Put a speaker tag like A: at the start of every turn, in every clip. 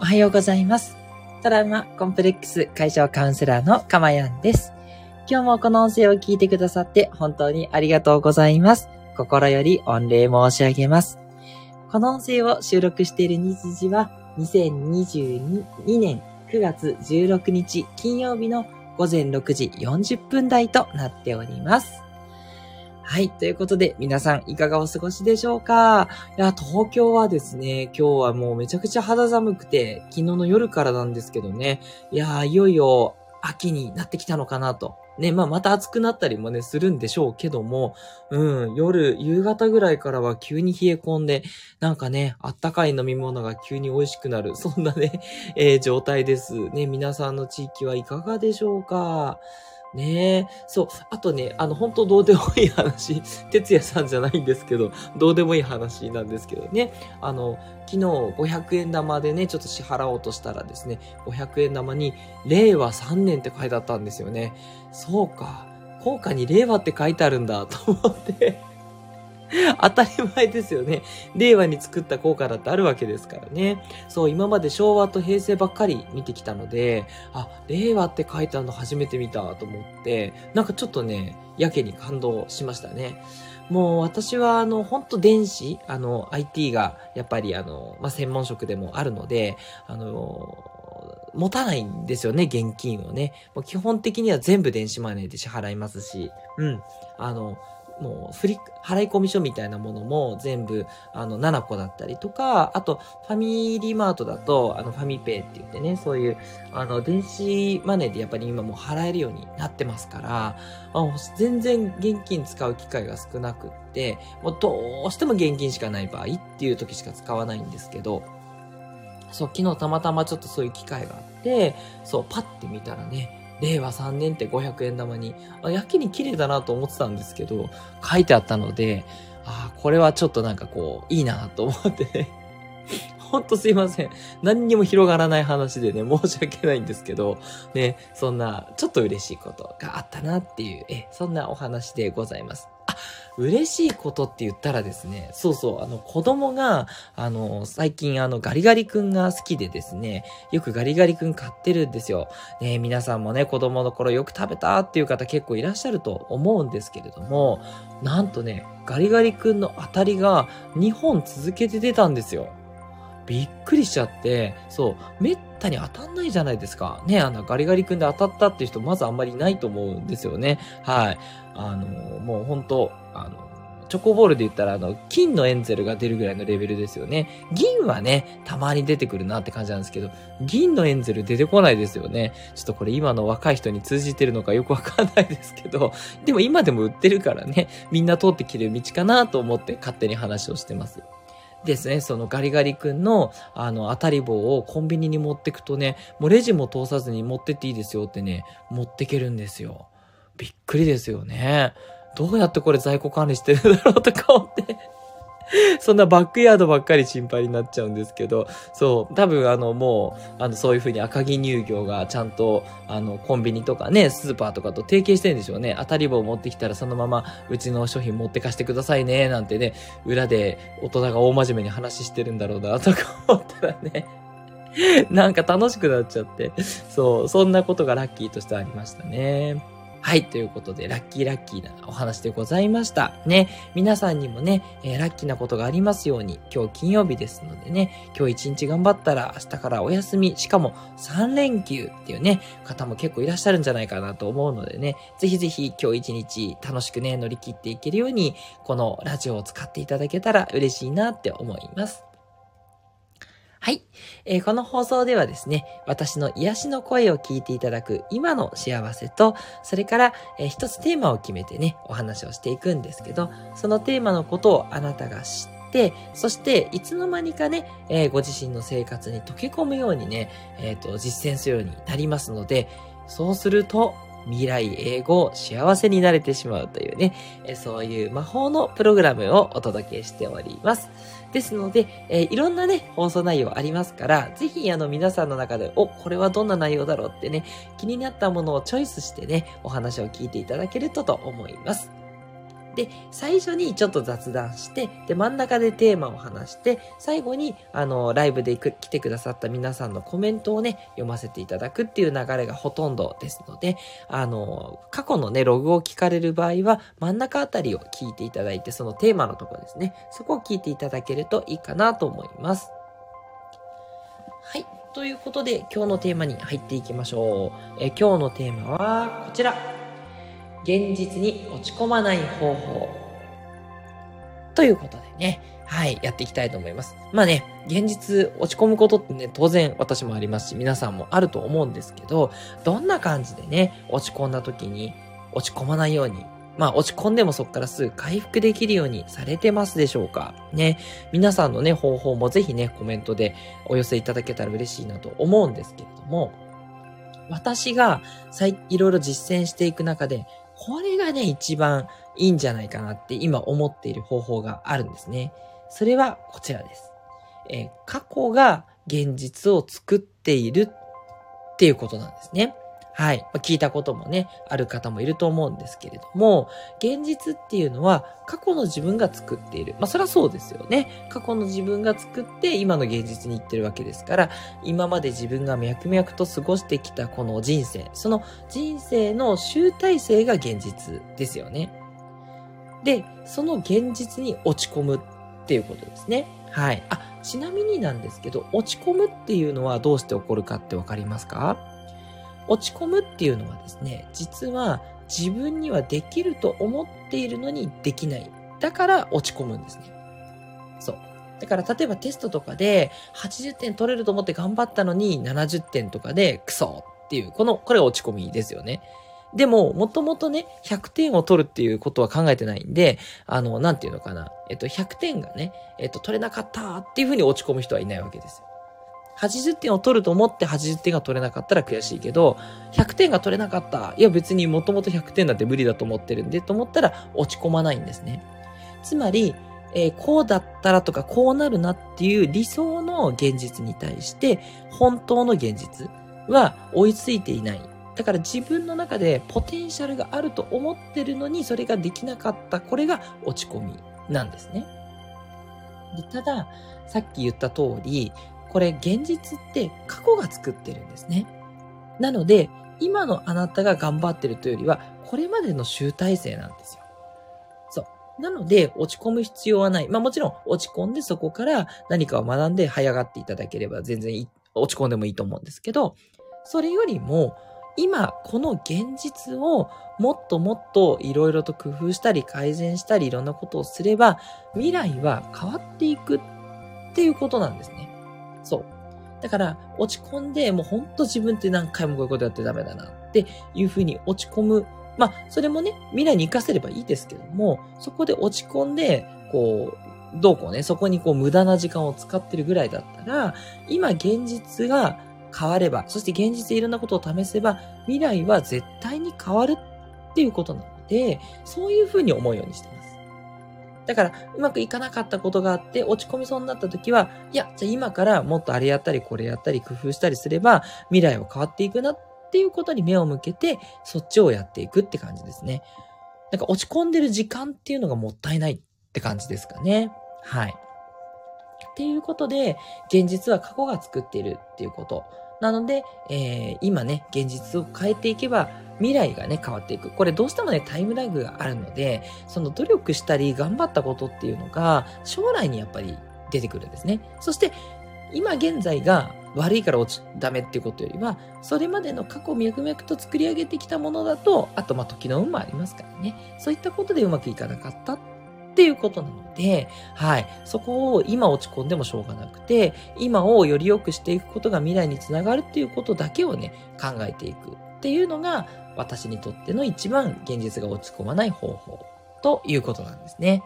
A: おはようございます。トラウマコンプレックス解消カウンセラーのかまやんです。今日もこの音声を聞いてくださって本当にありがとうございます。心より御礼申し上げます。この音声を収録している日時は2022年9月16日金曜日の午前6時40分台となっております。はい。ということで、皆さんいかがお過ごしでしょうか？いや、東京はですね、今日はもうめちゃくちゃ肌寒くて、昨日の夜からなんですけどね、いや、いよいよ秋になってきたのかなと。ね、また暑くなったりもね、するんでしょうけども、夕方ぐらいからは急に冷え込んで、なんかね、あったかい飲み物が急に美味しくなる、そんなね、状態です。ね、皆さんの地域はいかがでしょうか？ねえ。そう。あとね、本当どうでもいい話、哲也さんじゃないんですけど、どうでもいい話なんですけどね。昨日500円玉でね、ちょっと支払おうとしたらですね、500円玉に、令和3年って書いてあったんですよね。そうか。硬貨に令和って書いてあるんだ、と思って。当たり前ですよね。令和に作った効果だってあるわけですからね。そう、今まで昭和と平成ばっかり見てきたので、令和って書いてあるの初めて見たと思って、なんかちょっとね、やけに感動しましたね。もう私はほんと電子、IT がやっぱり専門職でもあるので、持たないんですよね、現金をね。もう基本的には全部電子マネーで支払いますし、もう払い込み書みたいなものも全部7個だったりとか、あとファミリーマートだとファミペイって言ってね、そういう電子マネーでやっぱり今もう払えるようになってますから、全然現金使う機会が少なくって、もうどうしても現金しかない場合っていう時しか使わないんですけど、そう、昨日たまたまちょっとそういう機会があって、そう、パッて見たらね、令和3年って500円玉に、やけに綺麗だなと思ってたんですけど、書いてあったので、これはちょっとなんかこう、いいなと思ってね。ほんとすいません。何にも広がらない話でね、申し訳ないんですけど、ね、そんな、ちょっと嬉しいことがあったなっていう、そんなお話でございます。嬉しいことって言ったらですね、そうそう、子供が、最近ガリガリ君が好きでですね、よくガリガリ君買ってるんですよ。ね、皆さんもね、子供の頃よく食べたっていう方結構いらっしゃると思うんですけれども、なんとね、ガリガリ君の当たりが2本続けて出たんですよ。びっくりしちゃって、そう、めったに当たんないじゃないですか。ね、ガリガリ君で当たったっていう人まずあんまりいないと思うんですよね。はい。もう本当チョコボールで言ったら金のエンゼルが出るぐらいのレベルですよね。銀はね、たまに出てくるなって感じなんですけど、銀のエンゼル出てこないですよね。ちょっとこれ今の若い人に通じてるのかよくわかんないですけど、でも今でも売ってるからね、みんな通ってきてる道かなと思って勝手に話をしてます。ですね、そのガリガリ君の当たり棒をコンビニに持ってくとね、もうレジも通さずに持ってっていいですよってね、持ってけるんですよ。びっくりですよね。どうやってこれ在庫管理してるんだろうとか思ってそんなバックヤードばっかり心配になっちゃうんですけど、そう、多分もう、そういう風に赤木乳業がちゃんと、コンビニとかね、スーパーとかと提携してるんでしょうね。当たり棒を持ってきたらそのまま、うちの商品持ってかしてくださいね、なんてね、裏で大人が大真面目に話してるんだろうな、とか思ったらね、なんか楽しくなっちゃって、そう、そんなことがラッキーとしてありましたね。はい。ということで、ラッキーなお話でございました。ね。皆さんにもね、ラッキーなことがありますように、今日金曜日ですのでね、今日一日頑張ったら明日からお休み、しかも3連休っていうね、方も結構いらっしゃるんじゃないかなと思うのでね、ぜひぜひ今日一日楽しくね、乗り切っていけるように、このラジオを使っていただけたら嬉しいなって思います。はい、この放送ではですね、私の癒しの声を聞いていただく今の幸せと、それから、一つテーマを決めてね、お話をしていくんですけど、そのテーマのことをあなたが知って、そしていつの間にかね、ご自身の生活に溶け込むようにね、実践するようになりますので、そうすると、未来永劫幸せになれてしまうというね、そういう魔法のプログラムをお届けしております。ですので、いろんなね、放送内容ありますから、ぜひ皆さんの中で、これはどんな内容だろうってね、気になったものをチョイスしてね、お話を聞いていただけると思います。 で、最初にちょっと雑談して、で、真ん中でテーマを話して、最後に、ライブで来てくださった皆さんのコメントをね、読ませていただくっていう流れがほとんどですので、過去のね、ログを聞かれる場合は、真ん中あたりを聞いていただいて、そのテーマのところですね、そこを聞いていただけるといいかなと思います。はい。ということで、今日のテーマに入っていきましょう。今日のテーマは、こちら。現実に落ち込まない方法。ということでね、はい、やっていきたいと思います。まあね、現実落ち込むことってね、当然私もありますし、皆さんもあると思うんですけど、どんな感じでね、落ち込んだ時に落ち込まないように、まあ落ち込んでもそこからすぐ回復できるようにされてますでしょうかね。皆さんのね、方法もぜひね、コメントでお寄せいただけたら嬉しいなと思うんですけれども、私がいろいろ実践していく中で、これがね、一番いいんじゃないかなって今思っている方法があるんですね。それはこちらです。過去が現実を作っているっていうことなんですね。はい。聞いたこともね、ある方もいると思うんですけれども、現実っていうのは過去の自分が作っている。そりゃそうですよね。過去の自分が作って今の現実に行ってるわけですから、今まで自分が脈々と過ごしてきたこの人生、その人生の集大成が現実ですよね。で、その現実に落ち込むっていうことですね。はい。ちなみになんですけど、落ち込むっていうのはどうして起こるかってわかりますか？落ち込むっていうのはですね、実は自分にはできると思っているのにできない。だから落ち込むんですね。そう。だから例えばテストとかで80点取れると思って頑張ったのに70点とかでクソっていう、これが落ち込みですよね。でも、もともとね、100点を取るっていうことは考えてないんで、なんていうのかな。100点がね、取れなかったっていうふうに落ち込む人はいないわけですよ。80点を取ると思って80点が取れなかったら悔しいけど、100点が取れなかった。いや別にもともと100点なんて無理だと思ってるんでと思ったら落ち込まないんですね。つまり、こうだったらとかこうなるなっていう理想の現実に対して本当の現実は追いついていない。だから自分の中でポテンシャルがあると思ってるのにそれができなかった。これが落ち込みなんですね。で、ただ、さっき言った通り、これ現実って過去が作ってるんですね。なので、今のあなたが頑張ってるというよりは、これまでの集大成なんですよ。そう。なので、落ち込む必要はない。もちろん、落ち込んでそこから何かを学んで這い上がっていただければ全然落ち込んでもいいと思うんですけど、それよりも、今、この現実をもっともっといろいろと工夫したり改善したりいろんなことをすれば、未来は変わっていくっていうことなんですね。そう。だから、落ち込んで、もうほんと自分って何回もこういうことやってダメだなっていうふうに落ち込む。それもね、未来に活かせればいいですけども、そこで落ち込んで、そこに無駄な時間を使ってるぐらいだったら、今現実が変われば、そして現実でいろんなことを試せば、未来は絶対に変わるっていうことなので、そういうふうに思うようにしてます。だから、うまくいかなかったことがあって、落ち込みそうになった時は、いや、じゃあ今からもっとあれやったり、これやったり、工夫したりすれば、未来は変わっていくなっていうことに目を向けて、そっちをやっていくって感じですね。落ち込んでる時間っていうのがもったいないって感じですかね。はい。っていうことで、現実は過去が作っているっていうこと。なので、今ね、現実を変えていけば、未来がね、変わっていく。これどうしてもね、タイムラグがあるので、その努力したり頑張ったことっていうのが、将来にやっぱり出てくるんですね。そして、今現在が悪いからダメっていうことよりは、それまでの過去脈々と作り上げてきたものだと、あと時の運もありますからね。そういったことでうまくいかなかったっていうことなので、はい。そこを今落ち込んでもしょうがなくて、今をより良くしていくことが未来につながるっていうことだけをね、考えていくっていうのが、私にとっての一番現実が落ち込まない方法ということなんですね。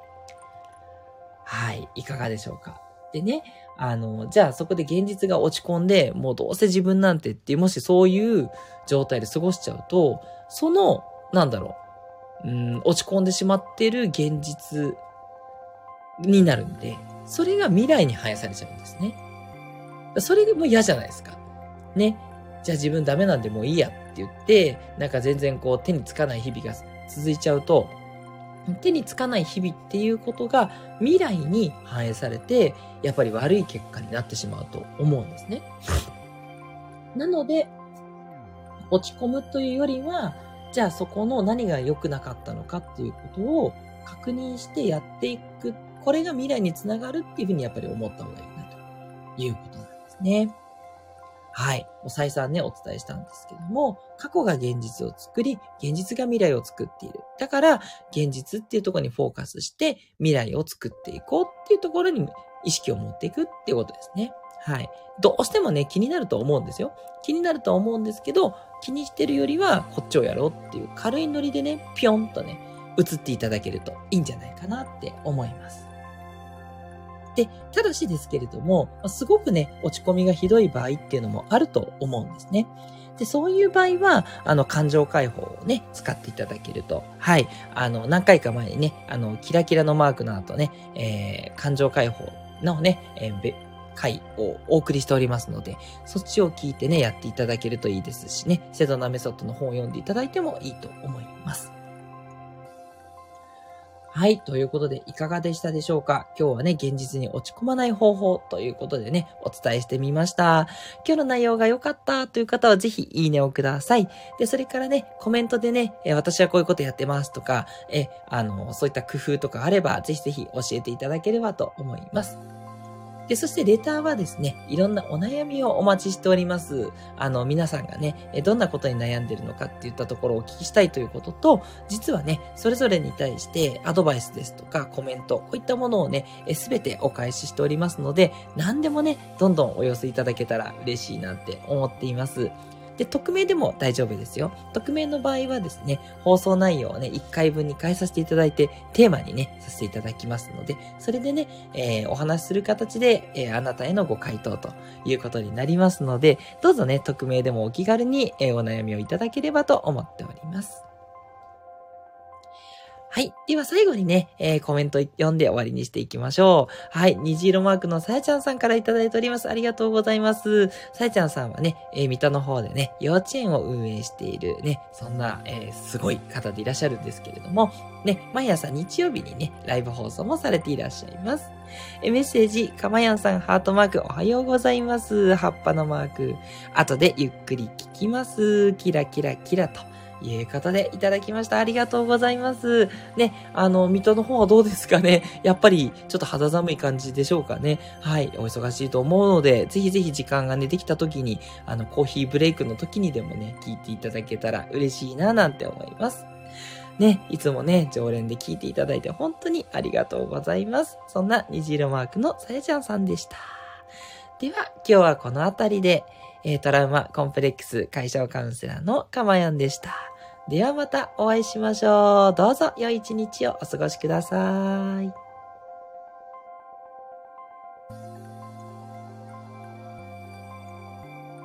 A: はい。いかがでしょうか。でね、じゃあそこで現実が落ち込んで、もうどうせ自分なんてっていう、もしそういう状態で過ごしちゃうと、その、落ち込んでしまっている現実になるんで、それが未来に反映されちゃうんですね。それも嫌じゃないですか。ね。じゃあ自分ダメなんでもういいやって言って、全然手につかない日々が続いちゃうと、 手につかない日々っていうことが未来に反映されて、やっぱり悪い結果になってしまうと思うんですね。なので、落ち込むというよりは、じゃあそこの何が良くなかったのかっていうことを確認してやっていく。これが未来につながるっていうふうにやっぱり思った方がいいなということなんですね。はい。再三ね、お伝えしたんですけども、過去が現実を作り、現実が未来を作っている。だから、現実っていうところにフォーカスして、未来を作っていこうっていうところに意識を持っていくっていうことですね。はい。どうしてもね、気になると思うんですよ。気になると思うんですけど、気にしてるよりは、こっちをやろうっていう軽いノリでね、ぴょんとね、移っていただけるといいんじゃないかなって思います。で、ただしですけれども、すごくね、落ち込みがひどい場合っていうのもあると思うんですね。で、そういう場合は、感情解放をね、使っていただけると。はい。何回か前にね、キラキラのマークの後ね、感情解放のね、回をお送りしておりますので、そっちを聞いてね、やっていただけるといいですしね、セドナメソッドの本を読んでいただいてもいいと思います。はい。ということで、いかがでしたでしょうか？今日はね、現実に落ち込まない方法ということでね、お伝えしてみました。今日の内容が良かったという方は、ぜひいいねをください。で、それからね、コメントでね、私はこういうことやってますとか、そういった工夫とかあれば、ぜひぜひ教えていただければと思います。で、そしてレターはですね、いろんなお悩みをお待ちしております。皆さんがね、どんなことに悩んでるのかっていったところをお聞きしたいということと、実はね、それぞれに対してアドバイスですとかコメント、こういったものをね、すべてお返ししておりますので、何でもね、どんどんお寄せいただけたら嬉しいなって思っています。で、匿名でも大丈夫ですよ。匿名の場合はですね、放送内容をね、1回分に変えさせていただいて、テーマにね、させていただきますので、それでね、お話しする形で、あなたへのご回答ということになりますので、どうぞね、匿名でもお気軽に、お悩みをいただければと思っております。はい。では最後にね、コメント読んで終わりにしていきましょう。はい。虹色マークのさやちゃんさんからいただいております。ありがとうございます。さやちゃんさんはね、水戸の方でね、幼稚園を運営しているね、そんな、すごい方でいらっしゃるんですけれども、ね、毎朝日曜日にね、ライブ放送もされていらっしゃいます。メッセージ、かまやんさんハートマークおはようございます。葉っぱのマーク。後でゆっくり聞きます。キラキラキラと。いうことでいただきました。ありがとうございます。ね、水戸の方はどうですかね？やっぱりちょっと肌寒い感じでしょうかね。はい、お忙しいと思うので、ぜひぜひ時間がね、できた時に、コーヒーブレイクの時にでもね、聞いていただけたら嬉しいななんて思います。ね、いつもね、常連で聞いていただいて本当にありがとうございます。そんな虹色マークのさやちゃんさんでした。では、今日はこのあたりで、トラウマコンプレックス解消カウンセラーのかまやんでした。ではまたお会いしましょう。どうぞ良い一日をお過ごしください。